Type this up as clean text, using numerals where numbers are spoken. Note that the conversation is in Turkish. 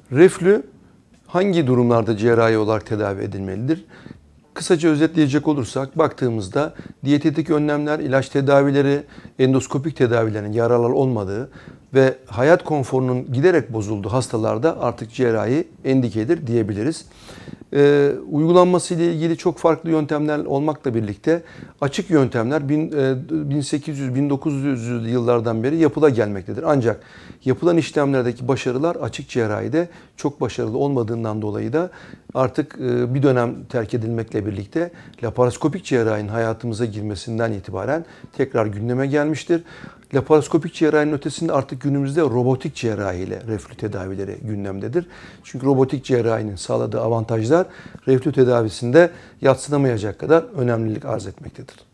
Reflü hangi durumlarda cerrahi olarak tedavi edilmelidir? Kısaca özetleyecek olursak baktığımızda diyetetik önlemler, ilaç tedavileri, endoskopik tedavilerin yararlı olmadığı ve hayat konforunun giderek bozulduğu hastalarda artık cerrahi endikedir diyebiliriz. Uygulanması ile ilgili çok farklı yöntemler olmakla birlikte açık yöntemler 1800-1900 yıllardan beri yapıla gelmektedir. Ancak yapılan işlemlerdeki başarılar açık cerrahide çok başarılı olmadığından dolayı da artık bir dönem terk edilmekle birlikte laparoskopik cerrahinin hayatımıza girmesinden itibaren tekrar gündeme gelmiştir. Laparoskopik cerrahinin ötesinde artık günümüzde robotik cerrahi ile reflü tedavileri gündemdedir. Çünkü robotik cerrahinin sağladığı avantajlar reflü tedavisinde yadsınamayacak kadar önemlilik arz etmektedir.